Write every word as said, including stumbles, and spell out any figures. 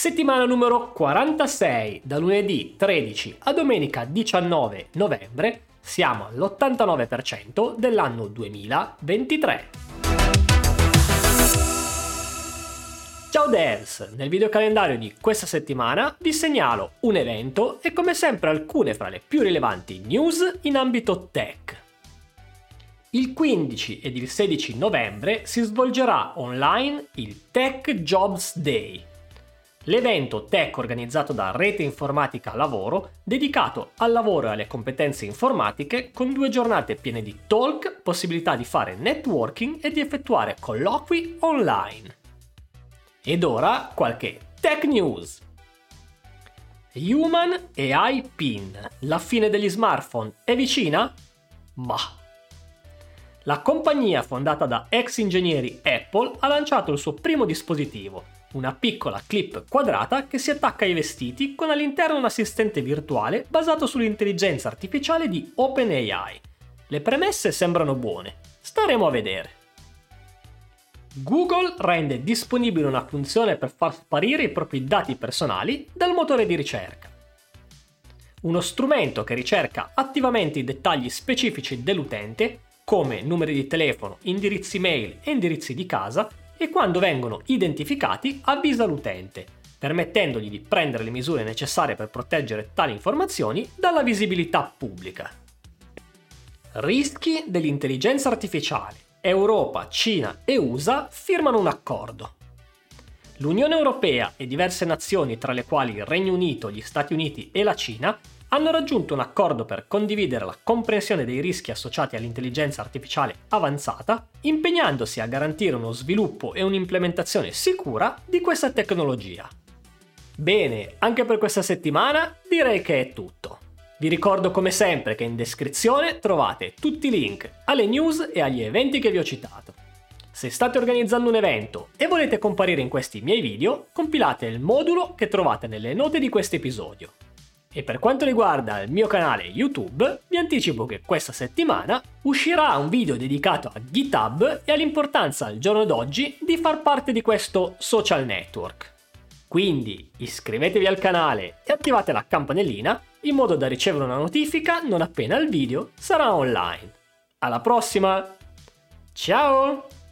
Settimana numero quarantasei, da lunedì tredici a domenica diciannove novembre, siamo all'ottantanove per cento dell'anno duemilaventitré. Ciao devs, nel videocalendario di questa settimana vi segnalo un evento e come sempre alcune fra le più rilevanti news in ambito tech. Il quindici ed il sedici novembre si svolgerà online il Tech Jobs Day, l'evento tech organizzato da Rete Informatica Lavoro dedicato al lavoro e alle competenze informatiche con due giornate piene di talk, possibilità di fare networking e di effettuare colloqui online. Ed ora qualche tech news. Human A I Pin, la fine degli smartphone è vicina? Ma la compagnia fondata da ex ingegneri Apple ha lanciato il suo primo dispositivo, una piccola clip quadrata che si attacca ai vestiti con all'interno un assistente virtuale basato sull'intelligenza artificiale di OpenAI. Le premesse sembrano buone, staremo a vedere. Google rende disponibile una funzione per far sparire i propri dati personali dal motore di ricerca. Uno strumento che ricerca attivamente i dettagli specifici dell'utente, come numeri di telefono, indirizzi mail e indirizzi di casa, e quando vengono identificati avvisa l'utente, permettendogli di prendere le misure necessarie per proteggere tali informazioni dalla visibilità pubblica. Rischi dell'intelligenza artificiale. Europa, Cina e U S A firmano un accordo. L'Unione Europea e diverse nazioni, tra le quali il Regno Unito, gli Stati Uniti e la Cina, hanno raggiunto un accordo per condividere la comprensione dei rischi associati all'intelligenza artificiale avanzata, impegnandosi a garantire uno sviluppo e un'implementazione sicura di questa tecnologia. Bene, anche per questa settimana direi che è tutto. Vi ricordo come sempre che in descrizione trovate tutti i link alle news e agli eventi che vi ho citato. Se state organizzando un evento e volete comparire in questi miei video, compilate il modulo che trovate nelle note di questo episodio. E per quanto riguarda il mio canale YouTube, vi anticipo che questa settimana uscirà un video dedicato a GitHub e all'importanza al giorno d'oggi di far parte di questo social network. Quindi iscrivetevi al canale e attivate la campanellina in modo da ricevere una notifica non appena il video sarà online. Alla prossima! Ciao!